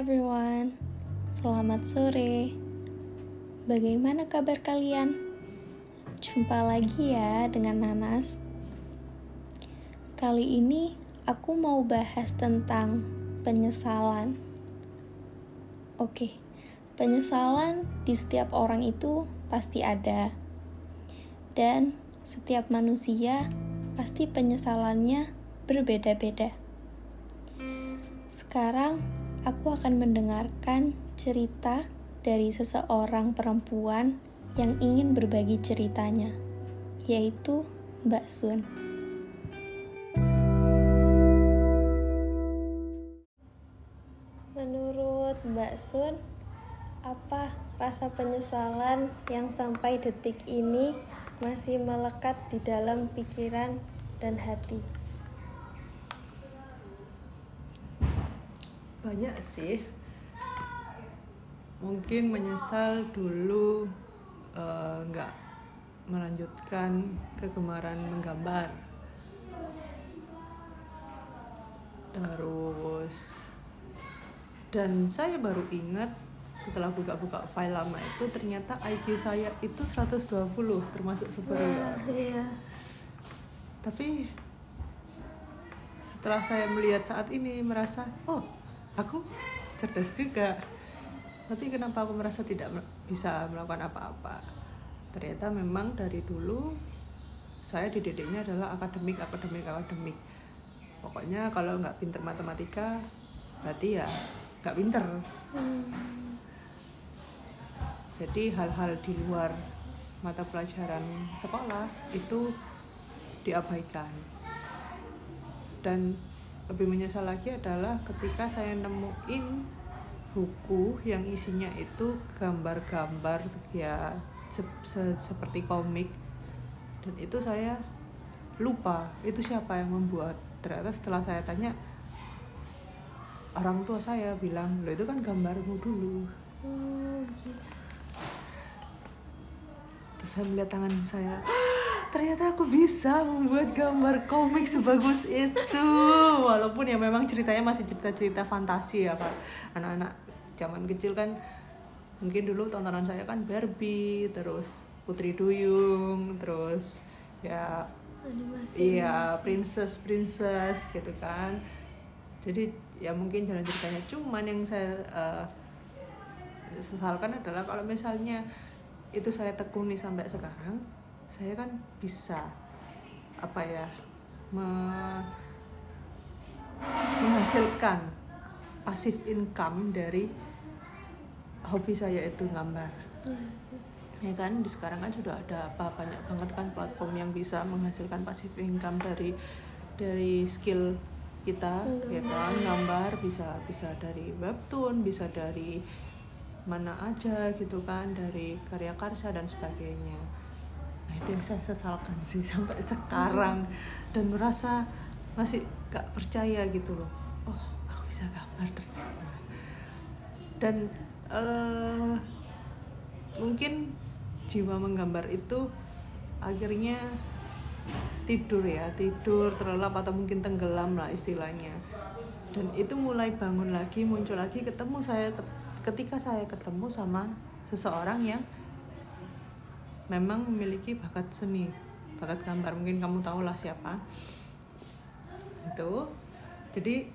everyone, selamat sore. Bagaimana kabar kalian? Jumpa lagi ya dengan Nanas. Kali ini aku mau bahas tentang penyesalan. Oke, penyesalan di setiap orang itu pasti ada. Dan setiap manusia pasti penyesalannya berbeda-beda. Sekarang aku akan mendengarkan cerita dari seseorang perempuan yang ingin berbagi ceritanya, yaitu Mbak Sun. Menurut Mbak Sun, apa rasa penyesalan yang sampai detik ini masih melekat di dalam pikiran dan hati? Banyak sih. Mungkin menyesal dulu nggak melanjutkan kegemaran menggambar. Dan saya baru ingat setelah buka-buka file lama itu ternyata IQ saya itu 120, termasuk superior. Iya. Tapi setelah saya melihat saat ini merasa, oh, aku cerdas juga. Tapi kenapa aku merasa tidak bisa melakukan apa-apa? Ternyata memang dari dulu saya dididiknya adalah akademik. Pokoknya kalau nggak pinter matematika, berarti ya nggak pinter. Jadi hal-hal di luar mata pelajaran sekolah itu diabaikan. Dan lebih menyesal lagi adalah ketika saya nemuin buku yang isinya itu gambar-gambar ya seperti komik, dan itu saya lupa itu siapa yang membuat. Ternyata setelah saya tanya, orang tua saya bilang, loh itu kan gambarmu dulu. Terus saya melihat tangan saya, ternyata aku bisa membuat gambar komik sebagus itu. Walaupun ya memang ceritanya masih cerita-cerita fantasi ya Pak. Anak-anak zaman kecil kan, mungkin dulu tontonan saya kan Barbie, terus Putri Duyung, terus ya animasi. princess gitu kan. Jadi ya mungkin jalan ceritanya. Cuman yang saya sesalkan adalah kalau misalnya itu saya tekuni sampai sekarang, saya kan bisa menghasilkan passive income dari hobi saya itu gambar. Ya kan, di sekarang kan sudah ada banyak banget kan platform yang bisa menghasilkan passive income dari skill kita, ya kan, gambar bisa dari webtoon, bisa dari mana aja gitu kan, dari karya karsa dan sebagainya. Nah itu yang saya sesalkan sih sampai sekarang, dan merasa masih gak percaya gitu loh. Oh, aku bisa gambar ternyata. Dan mungkin jiwa menggambar itu akhirnya tidur terlelap atau mungkin tenggelam lah istilahnya. Dan itu mulai bangun lagi, muncul lagi ketika saya ketemu sama seseorang yang memang memiliki bakat seni, bakat gambar. Mungkin kamu tahu lah siapa itu. Jadi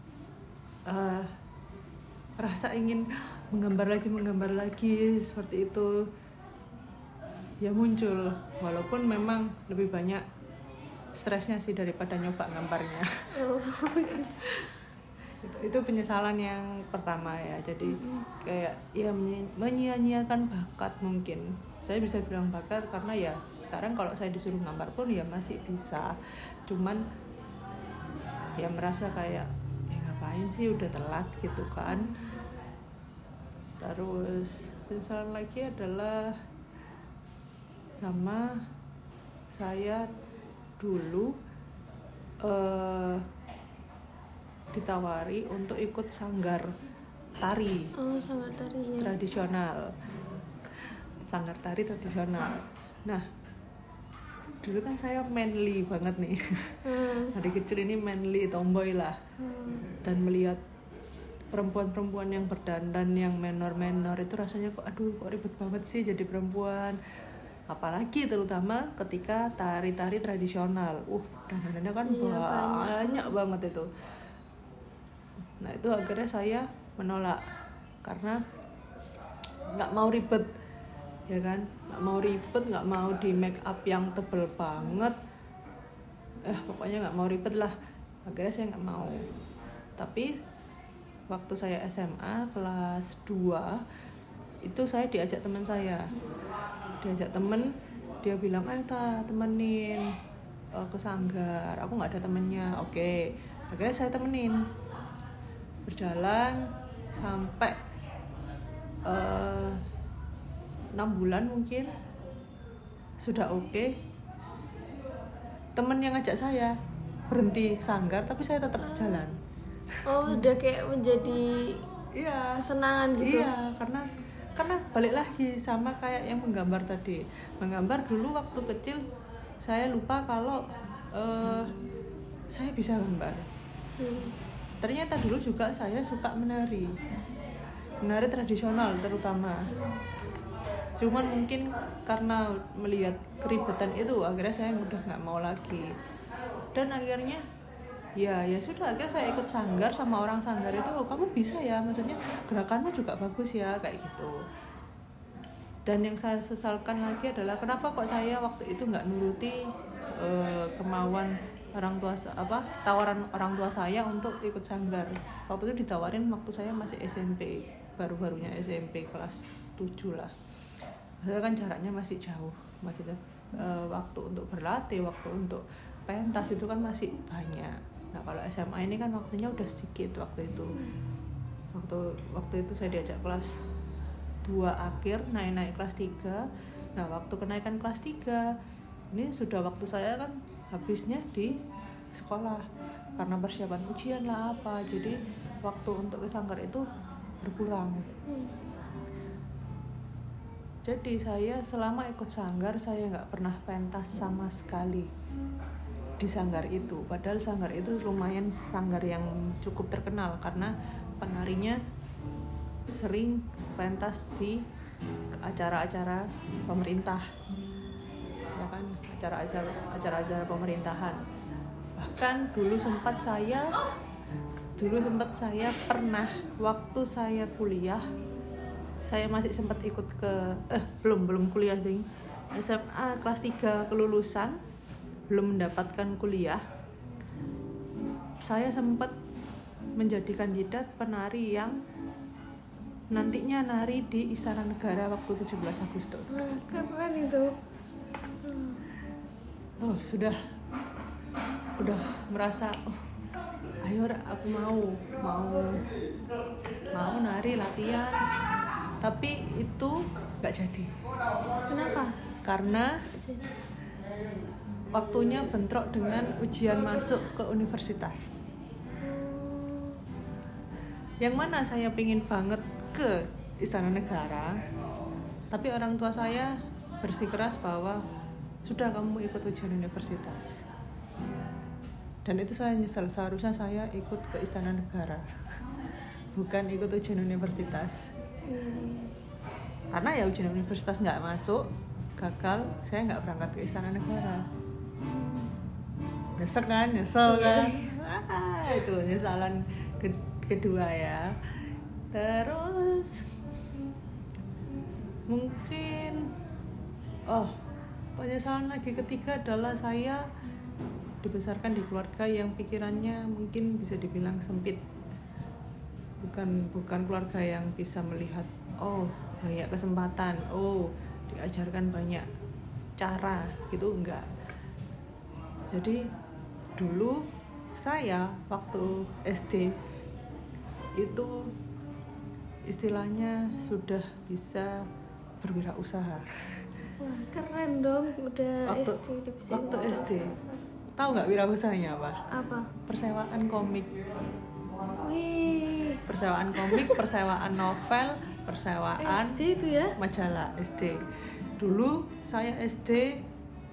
rasa ingin menggambar lagi seperti itu ya muncul, walaupun memang lebih banyak stresnya sih daripada nyoba gambarnya. Itu penyesalan yang pertama ya. Jadi kayak ya menyia-nyiakan bakat. Mungkin saya bisa bilang bakat karena ya sekarang kalau saya disuruh gambar pun ya masih bisa, cuman ya merasa kayak ya ngapain sih, udah telat gitu kan. Terus penyesalan lagi adalah sama saya dulu ditawari untuk ikut sanggar tari. Sanggar tari ya. Sanggar tari tradisional. Nah, dulu kan saya manly banget nih. Dari kecil ini manly, tomboy lah. Dan melihat perempuan-perempuan yang berdandan yang menor-menor itu rasanya kok ribet banget sih jadi perempuan. Apalagi terutama ketika tari-tari tradisional. Dandanannya kan banyak banget itu. Nah, itu akhirnya saya menolak karena nggak mau ribet, ya kan? Nggak mau ribet, nggak mau di make up yang tebel banget. Pokoknya nggak mau ribet lah. Akhirnya saya nggak mau. Tapi waktu saya SMA kelas 2 itu saya diajak teman saya. Dia bilang, temenin ke Sanggar. Aku nggak ada temennya. Oke. Akhirnya saya temenin. Berjalan sampai 6 bulan mungkin sudah oke. Temen yang ngajak saya berhenti Sanggar tapi saya tetap jalan. Udah kayak menjadi kesenangan gitu. Iya, karena balik lagi sama kayak yang menggambar tadi. Menggambar dulu waktu kecil saya lupa kalau saya bisa gambar. Ternyata dulu juga saya suka menari tradisional terutama. Cuman mungkin karena melihat keribetan itu akhirnya saya udah nggak mau lagi. Dan akhirnya ya sudah, akhirnya saya ikut Sanggar sama orang Sanggar itu. Kamu bisa ya, maksudnya gerakanmu juga bagus ya, kayak gitu. Dan yang saya sesalkan lagi adalah kenapa kok saya waktu itu nggak nuruti kemauan orang tua, tawaran orang tua saya untuk ikut Sanggar. Waktu itu ditawarin waktu saya masih SMP, baru-barunya SMP kelas 7 lah. Padahal kan jaraknya masih jauh, maksudnya waktu untuk berlatih, waktu untuk pentas itu kan masih banyak. Nah, kalau SMA ini kan waktunya udah sedikit waktu itu. Waktu itu saya diajak kelas 2 akhir, naik kelas 3. Nah, waktu kenaikan kelas 3 ini sudah waktu saya kan habisnya di sekolah karena persiapan ujian lah apa. Jadi waktu untuk ke Sanggar itu berkurang. Jadi saya selama ikut Sanggar saya nggak pernah pentas sama sekali di Sanggar itu. Padahal Sanggar itu lumayan Sanggar yang cukup terkenal karena penarinya sering pentas di acara-acara pemerintah, ya kan, acara-acara pemerintahan. Bahkan dulu sempat saya pernah waktu saya kuliah, saya masih sempat ikut ke belum kuliah ding, SMA kelas 3 kelulusan, belum mendapatkan kuliah. Saya sempat menjadi kandidat penari yang nantinya nari di Istana Negara waktu 17 Agustus. Keren itu. Udah merasa ayo aku mau nari latihan, tapi itu nggak jadi. Kenapa? Karena waktunya bentrok dengan ujian masuk ke universitas. Yang mana saya pingin banget ke Istana Negara, tapi orang tua saya bersikeras bahwa sudah kamu ikut ujian universitas. Dan itu saya nyesal, seharusnya saya ikut ke Istana Negara bukan ikut ujian universitas. Karena ya ujian universitas nggak masuk, gagal, saya nggak berangkat ke Istana Negara. Nyesel kan? Itu penyesalan kedua ya. Terus mungkin penyesalan lagi ketiga adalah saya dibesarkan di keluarga yang pikirannya mungkin bisa dibilang sempit. Bukan keluarga yang bisa melihat banyak kesempatan, diajarkan banyak cara gitu, enggak. Jadi dulu saya waktu SD itu istilahnya sudah bisa berwirausaha. Wah, keren dong, udah waktu SD. Tahu nggak wirausahanya apa? Apa? Persewaan komik. Wih. Persewaan komik, persewaan novel, persewaan SD itu ya? Majalah SD. Dulu saya SD,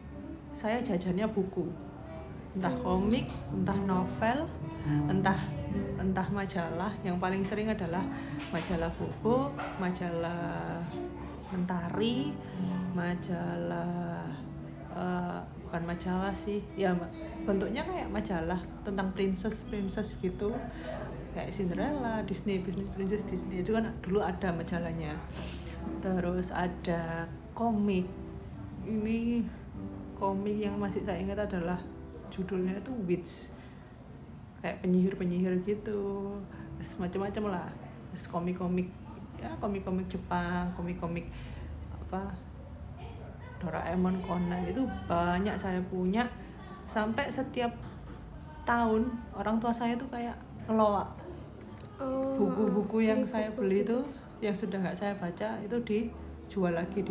saya jajannya buku. Entah komik, entah novel, entah entah majalah, yang paling sering adalah majalah Bobo, majalah Mentari, majalah bukan majalah sih, ya bentuknya kayak majalah tentang princess gitu, kayak Cinderella, Disney, Princess Disney itu kan dulu ada majalahnya. Terus ada komik, ini komik yang masih saya ingat adalah judulnya itu Witch, kayak penyihir gitu, terus macam-macam lah. Terus komik-komik ya, komik-komik Jepang, komik-komik apa Doraemon, Conan, itu banyak saya punya. Sampai setiap tahun orang tua saya tuh kayak ngeloak buku-buku yang saya beli itu, yang sudah nggak saya baca itu dijual lagi.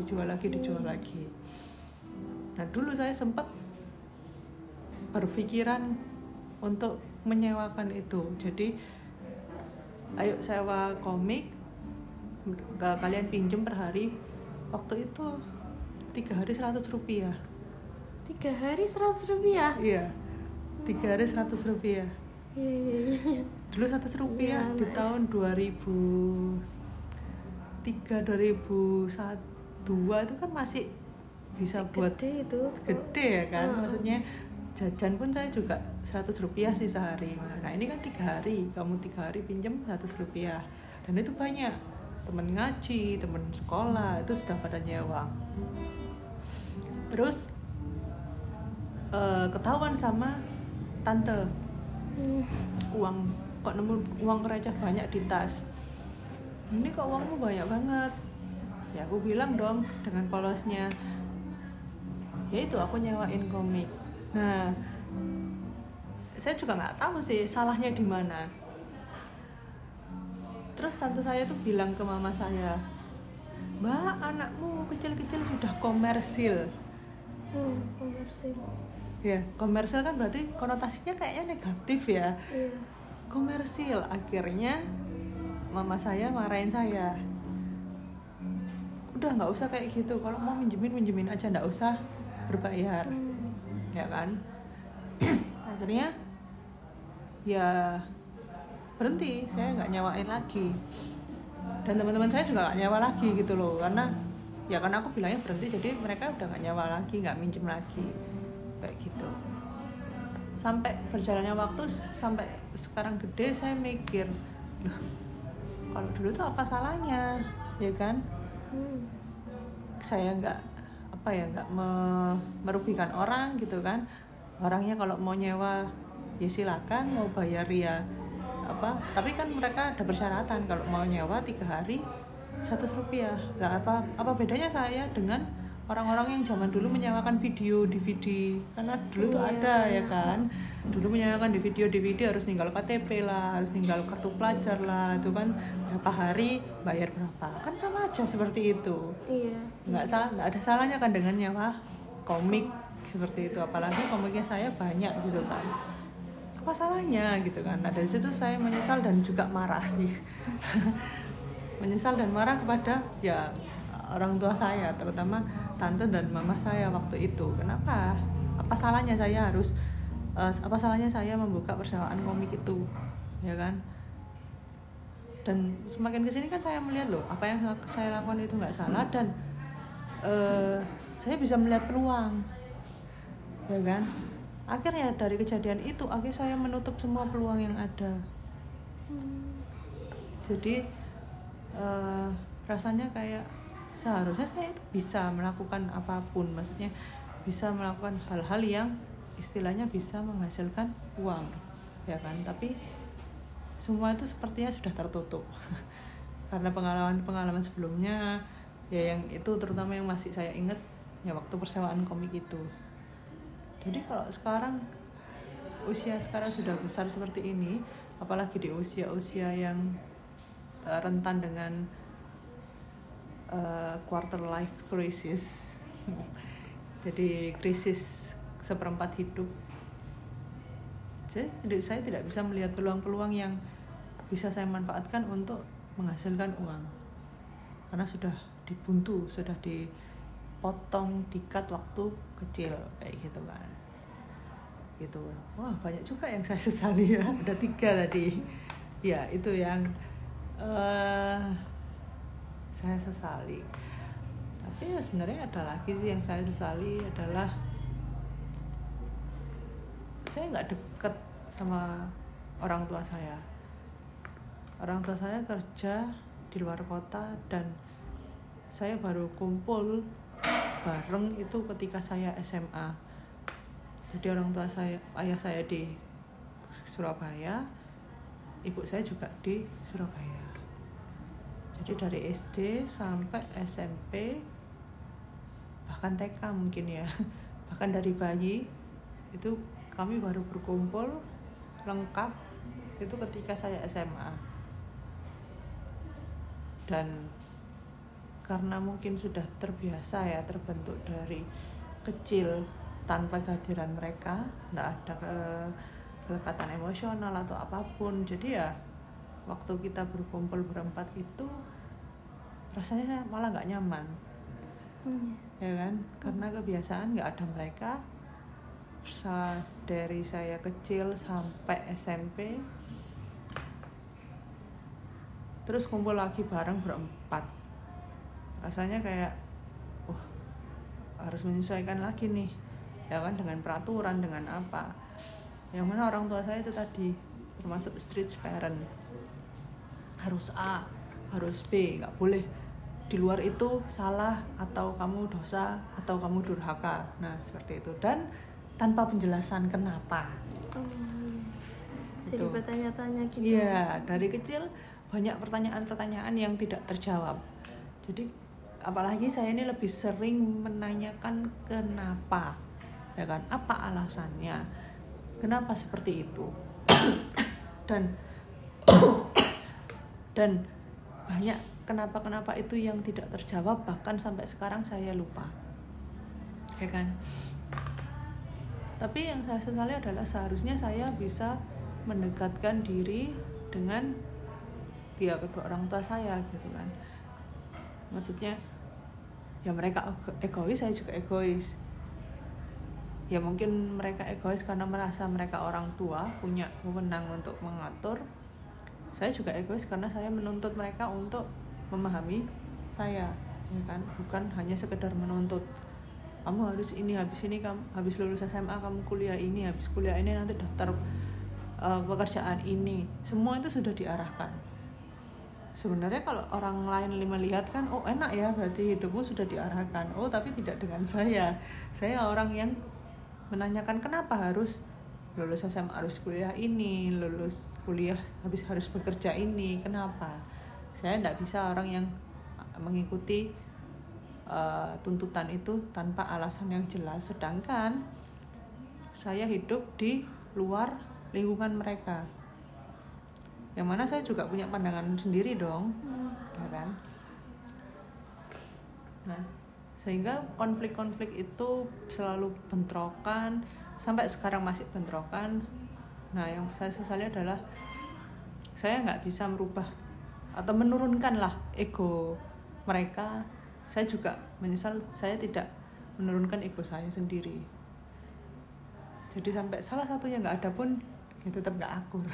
Nah dulu saya sempat berpikiran untuk menyewakan itu. Jadi ayo sewa komik, kalian pinjem per hari. Waktu itu 3 hari 100 rupiah. 3 hari 100 rupiah? Iya, 3 hari 100 rupiah. Iya. Dulu 100 rupiah ya, di tahun 2003, 2001 itu kan masih bisa buat gede ya kan. Maksudnya jajan pun saya juga 100 rupiah sih sehari. Nah ini kan 3 hari, kamu 3 hari pinjam 100 rupiah. Dan itu banyak, temen ngaji, temen sekolah itu sudah pada nyewa. Terus ketahuan sama tante, uang kok nemu uang receh banyak di tas. Ini kok uangmu banyak banget. Ya aku bilang dong dengan polosnya, ya itu aku nyewain komik. Nah saya juga nggak tahu sih salahnya di mana. Terus tante saya tuh bilang ke mama saya, Mbak, anakmu kecil-kecil sudah komersil. Komersil. Ya, komersil kan berarti konotasinya kayaknya negatif ya. Iya. Komersil. Akhirnya mama saya marahin saya. Udah nggak usah kayak gitu. Kalau mau minjemin aja, nggak usah berbayar. Ya kan? Akhirnya ya berhenti, saya nggak nyewain lagi. Dan teman-teman saya juga nggak nyewa lagi gitu loh, karena aku bilangnya berhenti, jadi mereka udah nggak nyewa lagi, nggak minjem lagi kayak gitu. Sampai berjalannya waktu, sampai sekarang gede, saya mikir, loh kalau dulu tuh apa salahnya, ya kan? Saya nggak merugikan orang gitu kan. Orangnya kalau mau nyewa ya silakan, mau bayar ya apa, tapi kan mereka ada persyaratan, kalau mau nyewa 3 hari 100 rupiah. Lah apa bedanya saya dengan orang-orang yang zaman dulu menyewakan video DVD, karena dulu tuh ada ya kan, dulu menyewakan DVD harus ninggal KTP lah, harus ninggal kartu pelajar lah, itu kan berapa hari bayar berapa, kan sama aja seperti itu. Iya. Nggak ada salahnya kan dengan nyewa komik seperti itu, apalagi komiknya saya banyak gitu kan. Apa salahnya gitu kan. Nah dari situ saya menyesal dan juga marah sih. Menyesal dan marah kepada ya orang tua saya, terutama tante dan mama saya waktu itu. Kenapa? Apa salahnya saya harus apa salahnya saya membuka persewaan komik itu, ya kan? Dan semakin kesini kan saya melihat loh, apa yang saya lakukan itu nggak salah, dan saya bisa melihat peluang, ya kan? Akhirnya dari kejadian itu, akhirnya saya menutup semua peluang yang ada. Jadi rasanya kayak seharusnya saya itu bisa melakukan apapun, maksudnya bisa melakukan hal-hal yang istilahnya bisa menghasilkan uang, ya kan? Tapi semua itu sepertinya sudah tertutup karena pengalaman sebelumnya, ya yang itu terutama yang masih saya ingat ya waktu persewaan komik itu. Jadi kalau sekarang usia sekarang sudah besar seperti ini, apalagi di usia-usia yang rentan dengan quarter life crisis, jadi krisis seperempat hidup. Jadi saya tidak bisa melihat peluang-peluang yang bisa saya manfaatkan untuk menghasilkan uang, karena sudah dibuntu, sudah dipotong, dikat waktu kecil kayak gitu kan. gitu. Wah, banyak juga yang saya sesali ya. Ada 3 tadi ya, itu yang saya sesali. Tapi ya sebenarnya ada lagi sih yang saya sesali, adalah saya nggak deket sama orang tua saya. Orang tua saya kerja di luar kota, dan saya baru kumpul bareng itu ketika saya SMA. Jadi orang tua saya, ayah saya di Surabaya, ibu saya juga di Surabaya. Jadi dari SD sampai SMP, bahkan TK mungkin ya, bahkan dari bayi itu kami baru berkumpul lengkap itu ketika saya SMA. Dan karena mungkin sudah terbiasa ya, terbentuk dari kecil tanpa kehadiran mereka, nggak ada kelekatan emosional atau apapun. Jadi ya waktu kita berkumpul berempat itu rasanya malah nggak nyaman, ya kan? Karena kebiasaan nggak ada mereka. Dari saya kecil sampai SMP, terus kumpul lagi bareng berempat, rasanya kayak harus menyesuaikan lagi nih, ya kan, dengan peraturan, dengan apa. Yang mana orang tua saya itu tadi termasuk strict parent, harus A, harus B, nggak boleh di luar itu salah, atau kamu dosa, atau kamu durhaka. Nah seperti itu, dan tanpa penjelasan kenapa. Jadi bertanya-tanya gitu. Iya, dari kecil banyak pertanyaan-pertanyaan yang tidak terjawab. Jadi apalagi saya ini lebih sering menanyakan kenapa, ya kan, apa alasannya, kenapa seperti itu. dan banyak kenapa itu yang tidak terjawab, bahkan sampai sekarang saya lupa, ya kan. Tapi yang saya sesali adalah seharusnya saya bisa mendekatkan diri dengan ya kedua orang tua saya gitu kan. Maksudnya ya mereka egois, saya juga egois. Ya mungkin mereka egois karena merasa mereka orang tua, punya wewenang untuk mengatur. Saya juga egois karena saya menuntut mereka untuk memahami saya, ya kan, bukan hanya sekedar menuntut. Kamu harus ini, habis ini kamu habis lulus SMA kamu kuliah ini, habis kuliah ini nanti daftar pekerjaan ini. Semua itu sudah diarahkan. Sebenarnya kalau orang lain melihat kan, oh enak ya, berarti hidupmu sudah diarahkan. Oh tapi tidak dengan saya. Saya orang yang menanyakan kenapa harus lulus SMA harus kuliah ini, lulus kuliah habis harus bekerja ini, kenapa? Saya tidak bisa orang yang mengikuti tuntutan itu tanpa alasan yang jelas, sedangkan saya hidup di luar lingkungan mereka, yang mana saya juga punya pandangan sendiri dong, ya kan. Nah, sehingga konflik-konflik itu selalu bentrokan, sampai sekarang masih bentrokan. Nah, yang saya sesali adalah saya nggak bisa merubah atau menurunkan lah ego mereka. Saya juga menyesal saya tidak menurunkan ego saya sendiri. Jadi sampai salah satunya nggak ada pun, ya tetap nggak akur.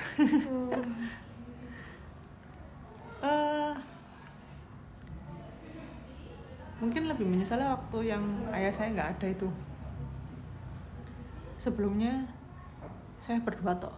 Mungkin lebih menyesal waktu yang ayah saya nggak ada itu. Sebelumnya saya berdua toh,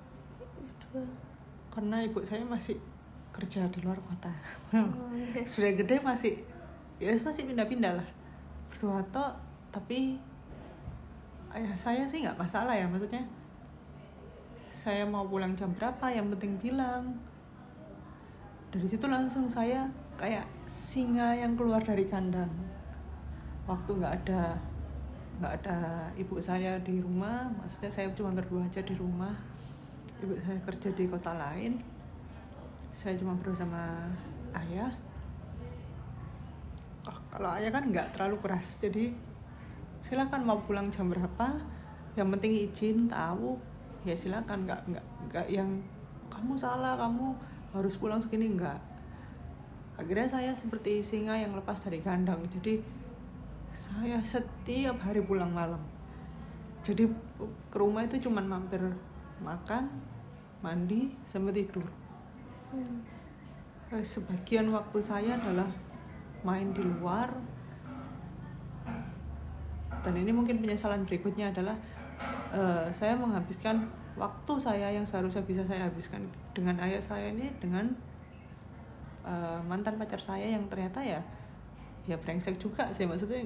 karena ibu saya masih kerja di luar kota. Sudah gede masih pindah-pindah lah, berdua toh. Tapi ayah saya sih nggak masalah ya, maksudnya saya mau pulang jam berapa yang penting bilang. Dari situ langsung saya kayak singa yang keluar dari kandang. Waktu nggak ada ibu saya di rumah, maksudnya saya cuma berdua aja di rumah, ibu saya kerja di kota lain, saya cuma berdua sama ayah. Kalau ayah kan nggak terlalu keras, jadi silakan mau pulang jam berapa, yang penting izin, tahu ya silakan, nggak yang kamu salah, kamu harus pulang segini, nggak. Akhirnya saya seperti singa yang lepas dari kandang, jadi saya setiap hari pulang malam. Jadi ke rumah itu cuman mampir makan, mandi, sama tidur. Sebagian waktu saya adalah main di luar. Dan ini mungkin penyesalan berikutnya adalah saya menghabiskan waktu saya yang seharusnya bisa saya habiskan dengan ayah saya ini dengan mantan pacar saya yang ternyata ya brengsek juga sih, maksudnya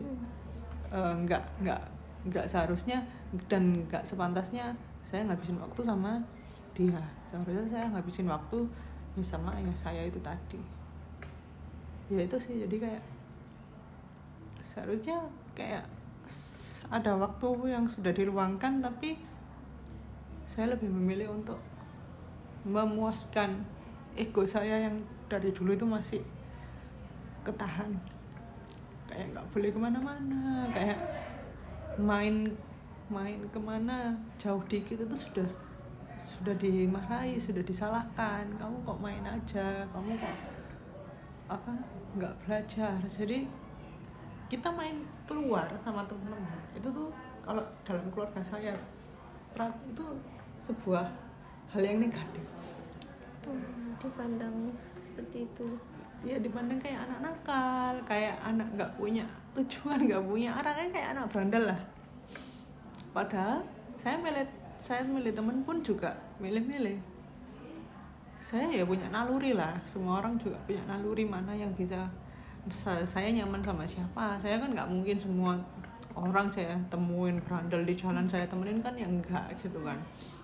nggak seharusnya dan nggak sepantasnya saya ngabisin waktu sama dia. Seharusnya saya ngabisin waktu sama ayah saya itu tadi. Ya itu sih, jadi kayak seharusnya kayak ada waktu yang sudah diluangkan, tapi saya lebih memilih untuk memuaskan ego saya yang dari dulu itu masih ketahan, kayak nggak boleh kemana-mana, kayak main kemana jauh dikit itu sudah dimarahi, sudah disalahkan, kamu kok main aja, kamu kok nggak belajar. Jadi kita main keluar sama teman-teman itu tuh kalau dalam keluarga saya itu sebuah hal yang negatif. Dipandang seperti itu. Ya dipandang kayak anak nakal, kayak anak nggak punya tujuan, nggak punya arah, kayak anak berandal lah. Padahal saya milih teman pun juga milih-milih. Saya ya punya naluri lah, semua orang juga punya naluri mana yang bisa saya nyaman sama siapa. Saya kan nggak mungkin semua orang saya temuin berandal di jalan saya temenin kan, ya enggak gitu kan.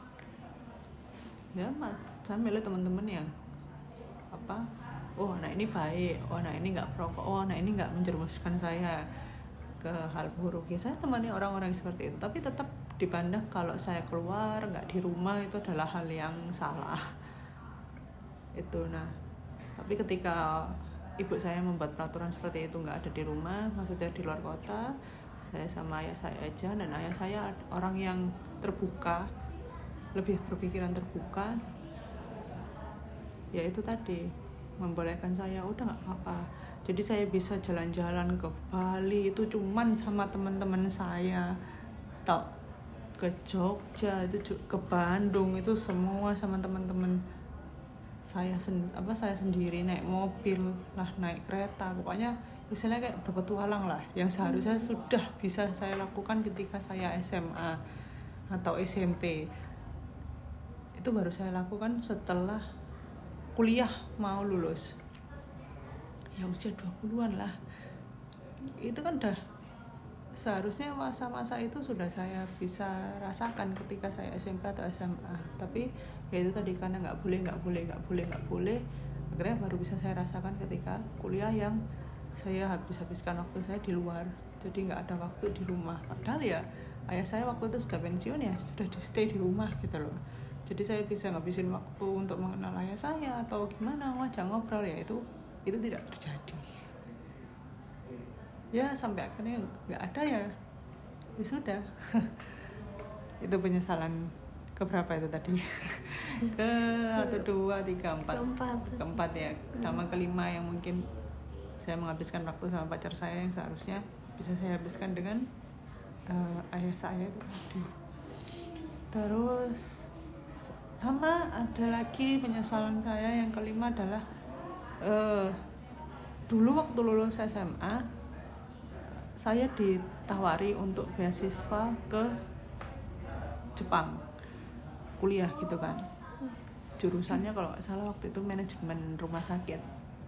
Ya mas, saya milih teman-teman yang oh anak ini baik, oh anak ini nggak perokok, oh anak ini nggak menjerumuskan saya ke hal buruk. Ya saya temani orang-orang seperti itu, tapi tetap dipandang kalau saya keluar nggak di rumah itu adalah hal yang salah itu. Nah tapi ketika ibu saya membuat peraturan seperti itu, nggak ada di rumah, maksudnya di luar kota, saya sama ayah saya aja. Dan ayah saya orang yang terbuka, lebih berpikiran terbuka, ya itu tadi membolehkan saya udah nggak apa-apa. Jadi saya bisa jalan-jalan ke Bali itu cuman sama teman-teman saya, atau ke Jogja itu, ke Bandung itu semua sama teman-teman saya sendiri, naik mobil lah, naik kereta, pokoknya istilahnya kayak berpetualang lah, yang seharusnya sudah bisa saya lakukan ketika saya SMA atau SMP. Itu baru saya lakukan setelah kuliah mau lulus, ya usia 20-an lah. Itu kan udah seharusnya masa-masa itu sudah saya bisa rasakan ketika saya SMP atau SMA. Tapi ya itu tadi karena nggak boleh, akhirnya baru bisa saya rasakan ketika kuliah yang saya habiskan waktu saya di luar. Jadi nggak ada waktu di rumah. Padahal ya ayah saya waktu itu sudah pensiun, ya sudah di stay di rumah gitu loh. Jadi saya bisa ngabisin waktu untuk mengenal ayah saya atau gimana, ngajak ngobrol, ya itu tidak terjadi. Ya sampai akhirnya nggak ada, ya sudah. Itu penyesalan keberapa itu tadi? Ke 1, 2, 3, 4. Keempat ya, sama kelima yang mungkin saya menghabiskan waktu sama pacar saya yang seharusnya bisa saya habiskan dengan ayah saya itu tadi. Terus sama ada lagi penyesalan saya yang kelima adalah dulu waktu lulus SMA saya ditawari untuk beasiswa ke Jepang kuliah gitu kan. Jurusannya kalau nggak salah waktu itu manajemen rumah sakit.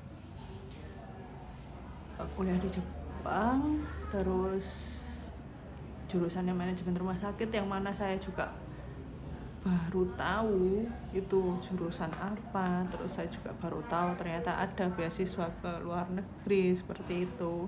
Kuliah di Jepang, terus jurusannya manajemen rumah sakit, yang mana saya juga baru tahu itu jurusan apa. Terus saya juga baru tahu ternyata ada beasiswa ke luar negeri seperti itu.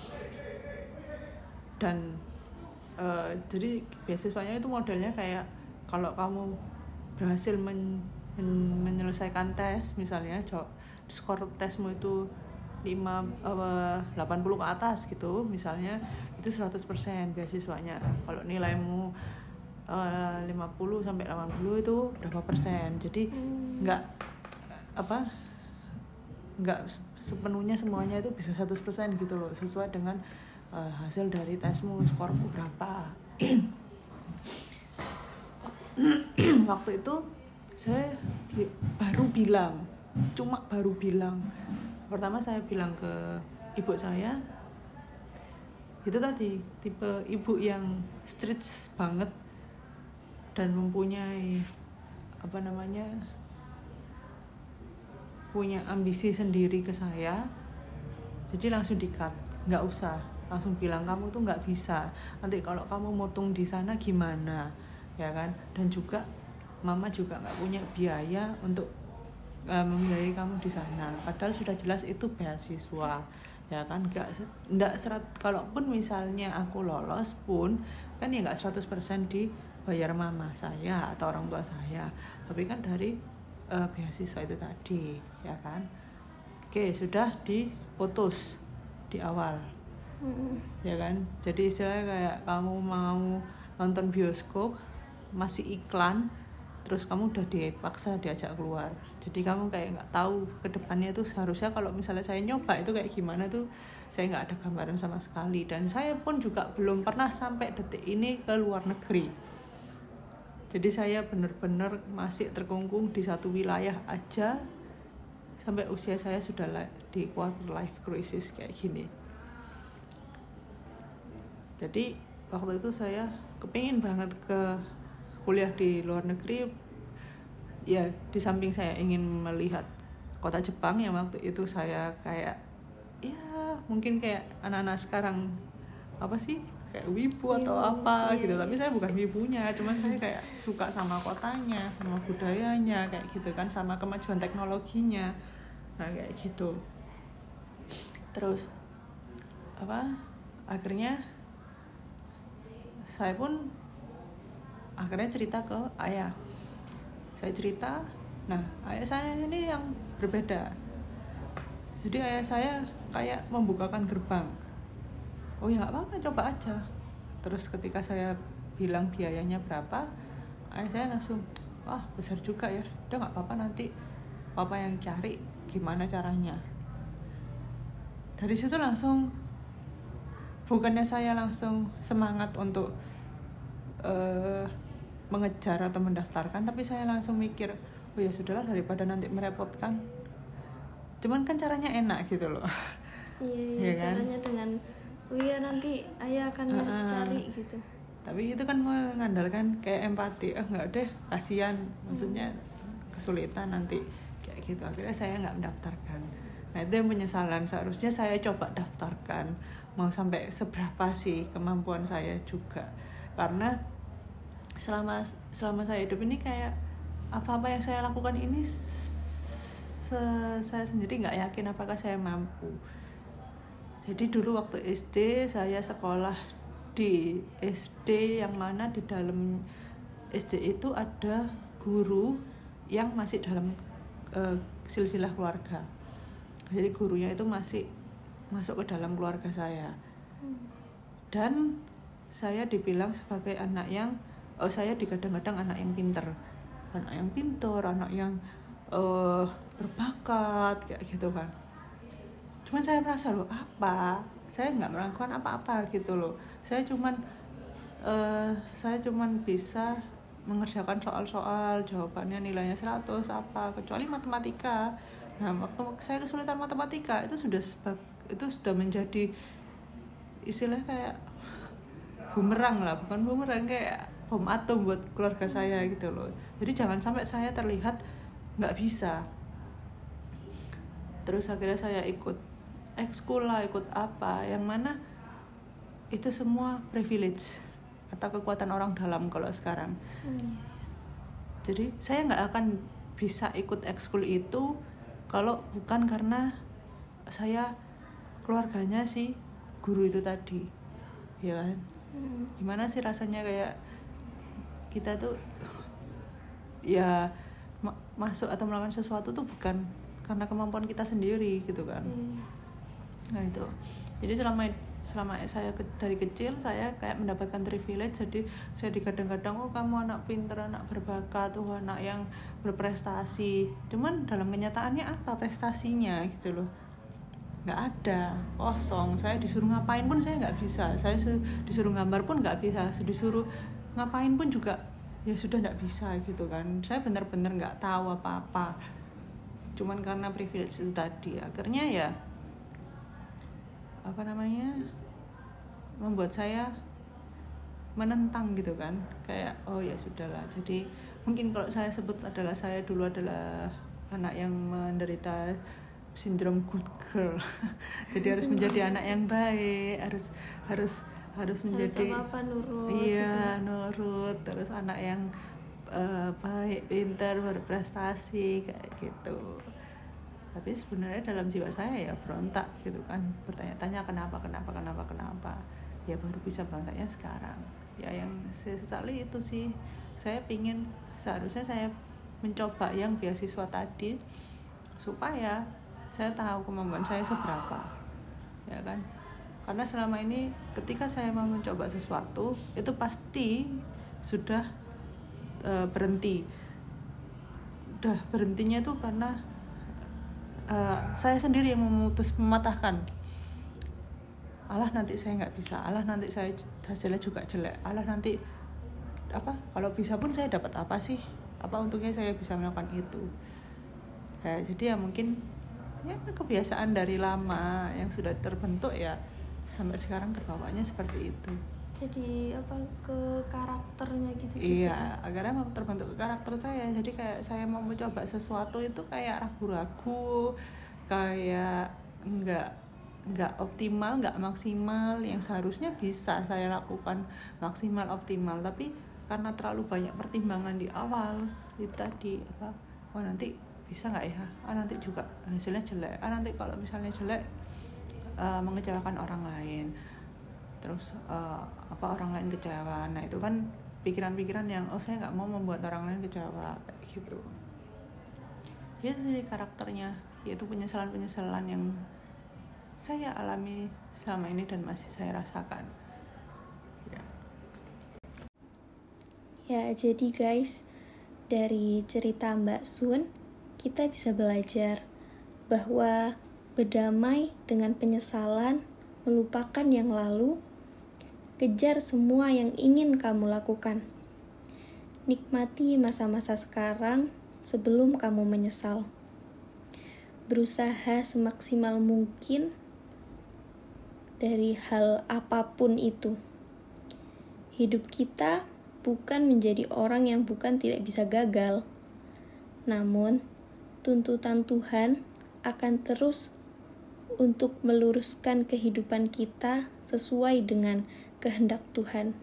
Dan jadi beasiswanya itu modelnya kayak kalau kamu berhasil menyelesaikan tes, misalnya skor tesmu itu 80 ke atas gitu misalnya, itu 100% beasiswanya. Kalau nilaimu 50 sampai 80 itu berapa persen. Jadi nggak sepenuhnya semuanya itu bisa 100% gitu loh, sesuai dengan hasil dari tesmu, skormu berapa. Waktu itu saya baru bilang pertama saya bilang ke ibu saya, itu tadi tipe ibu yang strict banget dan mempunyai punya ambisi sendiri ke saya. Jadi langsung di-cut, nggak usah, langsung bilang kamu tuh nggak bisa, nanti kalau kamu motong di sana gimana, ya kan. Dan juga mama juga nggak punya biaya untuk membiayai kamu di sana, padahal sudah jelas itu beasiswa, ya kan. Nggak kalaupun misalnya aku lolos pun kan ya nggak 100% dibayar mama saya atau orang tua saya, tapi kan dari beasiswa itu tadi, ya kan. Oke, sudah diputus di awal, ya kan. Jadi istilahnya kayak kamu mau nonton bioskop masih iklan, terus kamu udah dipaksa diajak keluar. Jadi kamu kayak nggak tahu ke depannya tuh seharusnya kalau misalnya saya nyoba itu kayak gimana tuh, saya nggak ada gambaran sama sekali. Dan saya pun juga belum pernah sampai detik ini ke luar negeri. Jadi saya benar-benar masih terkungkung di satu wilayah aja sampai usia saya sudah di quarter life crisis kayak gini. Jadi waktu itu saya kepingin banget ke kuliah di luar negeri. Ya, di samping saya ingin melihat kota Jepang yang waktu itu saya kayak ya mungkin kayak anak-anak sekarang apa sih, kayak wibu atau apa gitu. Tapi saya bukan wibunya, cuma saya kayak suka sama kotanya, sama budayanya kayak gitu kan, sama kemajuan teknologinya. Nah kayak gitu. Terus akhirnya saya pun akhirnya cerita ke ayah. Saya cerita, nah ayah saya ini yang berbeda. Jadi ayah saya kayak membukakan gerbang. Oh ya nggak apa-apa, coba aja. Terus ketika saya bilang biayanya berapa, ayah saya langsung, wah besar juga ya, udah nggak apa-apa, nanti papa yang cari gimana caranya. Dari situ langsung, bukannya saya langsung semangat untuk mengejar atau mendaftarkan, tapi saya langsung mikir, oh ya sudahlah, daripada nanti merepotkan, cuman kan caranya enak gitu loh. Iya, kan? Caranya dengan nanti ayah akan cari gitu. Tapi itu kan mengandalkan kayak empati, nggak deh, kasihan, maksudnya kesulitan nanti kayak gitu. Akhirnya saya nggak mendaftarkan. Nah itu yang penyesalan, seharusnya saya coba daftarkan, mau sampai seberapa sih kemampuan saya juga. Karena selama saya hidup ini kayak apa-apa yang saya lakukan ini saya sendiri nggak yakin apakah saya mampu. Jadi dulu waktu SD saya sekolah di SD yang mana di dalam SD itu ada guru yang masih dalam silsilah keluarga. Jadi gurunya itu masih masuk ke dalam keluarga saya. Dan saya dibilang sebagai anak yang saya kadang-kadang anak yang pintar, anak yang berbakat kayak gitu kan. Cuman saya merasa saya nggak melakukan apa-apa gitu loh. Saya cuman bisa mengerjakan soal-soal, jawabannya nilainya 100 kecuali matematika. Nah waktu saya kesulitan matematika itu sudah menjadi istilah kayak bumerang lah, bukan bumerang, kayak bom atom buat keluarga saya gitu loh. Jadi jangan sampai saya terlihat nggak bisa. Terus akhirnya saya ikut ekskul lah, ikut apa, yang mana itu semua privilege atau kekuatan orang dalam kalau sekarang. Jadi saya nggak akan bisa ikut ekskul itu kalau bukan karena saya keluarganya si guru itu tadi, ya kan. Gimana sih rasanya kayak kita tuh ya masuk atau melakukan sesuatu tuh bukan karena kemampuan kita sendiri gitu kan. Nah itu, jadi selama saya dari kecil saya kayak mendapatkan privilege. Jadi saya kadang-kadang kamu anak pintar, anak berbakat, anak yang berprestasi. Cuman dalam kenyataannya apa prestasinya gitu loh, nggak ada, kosong. Saya disuruh ngapain pun saya nggak bisa, saya disuruh gambar pun nggak bisa, disuruh ngapain pun juga ya sudah nggak bisa gitu kan. Saya benar-benar nggak tahu apa-apa, cuman karena privilege itu tadi akhirnya ya membuat saya menentang gitu kan, kayak oh ya sudahlah. Jadi mungkin kalau saya sebut saya dulu adalah anak yang menderita sindrom good girl. Jadi harus menjadi anak yang baik, harus menjadi nurut. Iya, gitu. Nurut, terus anak yang baik, pintar, berprestasi kayak gitu. Tapi sebenarnya dalam jiwa saya ya berontak gitu kan, bertanya-tanya kenapa. Ya baru bisa berontaknya sekarang. Ya yang saya sesali itu sih, saya pingin seharusnya saya mencoba yang beasiswa tadi supaya saya tahu kemampuan saya seberapa, ya kan. Karena selama ini ketika saya mau mencoba sesuatu itu pasti sudah berhenti. Udah berhentinya tuh karena saya sendiri yang mematahkan. Alah nanti saya nggak bisa, alah nanti saya hasilnya juga jelek, alah nanti kalau bisa pun saya dapat apa sih, apa untungnya saya bisa melakukan itu. Jadi ya mungkin ya kebiasaan dari lama yang sudah terbentuk ya sampai sekarang terbawanya seperti itu. Jadi ke karakternya gitu juga. Iya, akhirnya terbentuk ke karakter saya. Jadi kayak saya mau mencoba sesuatu itu kayak ragu-ragu, kayak nggak optimal, nggak maksimal. Yang seharusnya bisa saya lakukan maksimal optimal, tapi karena terlalu banyak pertimbangan di awal itu tadi nanti bisa nggak ya, nanti juga hasilnya jelek, nanti kalau misalnya jelek mengecewakan orang lain, terus orang lain kecewa. Nah itu kan pikiran-pikiran yang saya nggak mau membuat orang lain kecewa kayak gitu. Itu sih karakternya, yaitu penyesalan yang saya alami selama ini dan masih saya rasakan. Ya, jadi guys, dari cerita Mbak Sun kita bisa belajar bahwa berdamai dengan penyesalan, melupakan yang lalu, kejar semua yang ingin kamu lakukan. Nikmati masa-masa sekarang sebelum kamu menyesal. Berusaha semaksimal mungkin dari hal apapun itu. Hidup kita bukan menjadi orang yang tidak bisa gagal. Namun, tuntutan Tuhan akan terus untuk meluruskan kehidupan kita sesuai dengan kehendak Tuhan.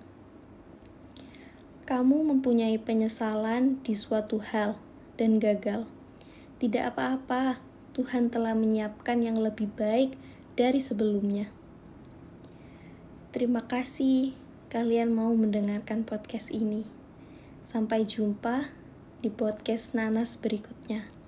Kamu mempunyai penyesalan di suatu hal dan gagal. Tidak apa-apa, Tuhan telah menyiapkan yang lebih baik dari sebelumnya. Terima kasih kalian mau mendengarkan podcast ini. Sampai jumpa di podcast Nanas berikutnya.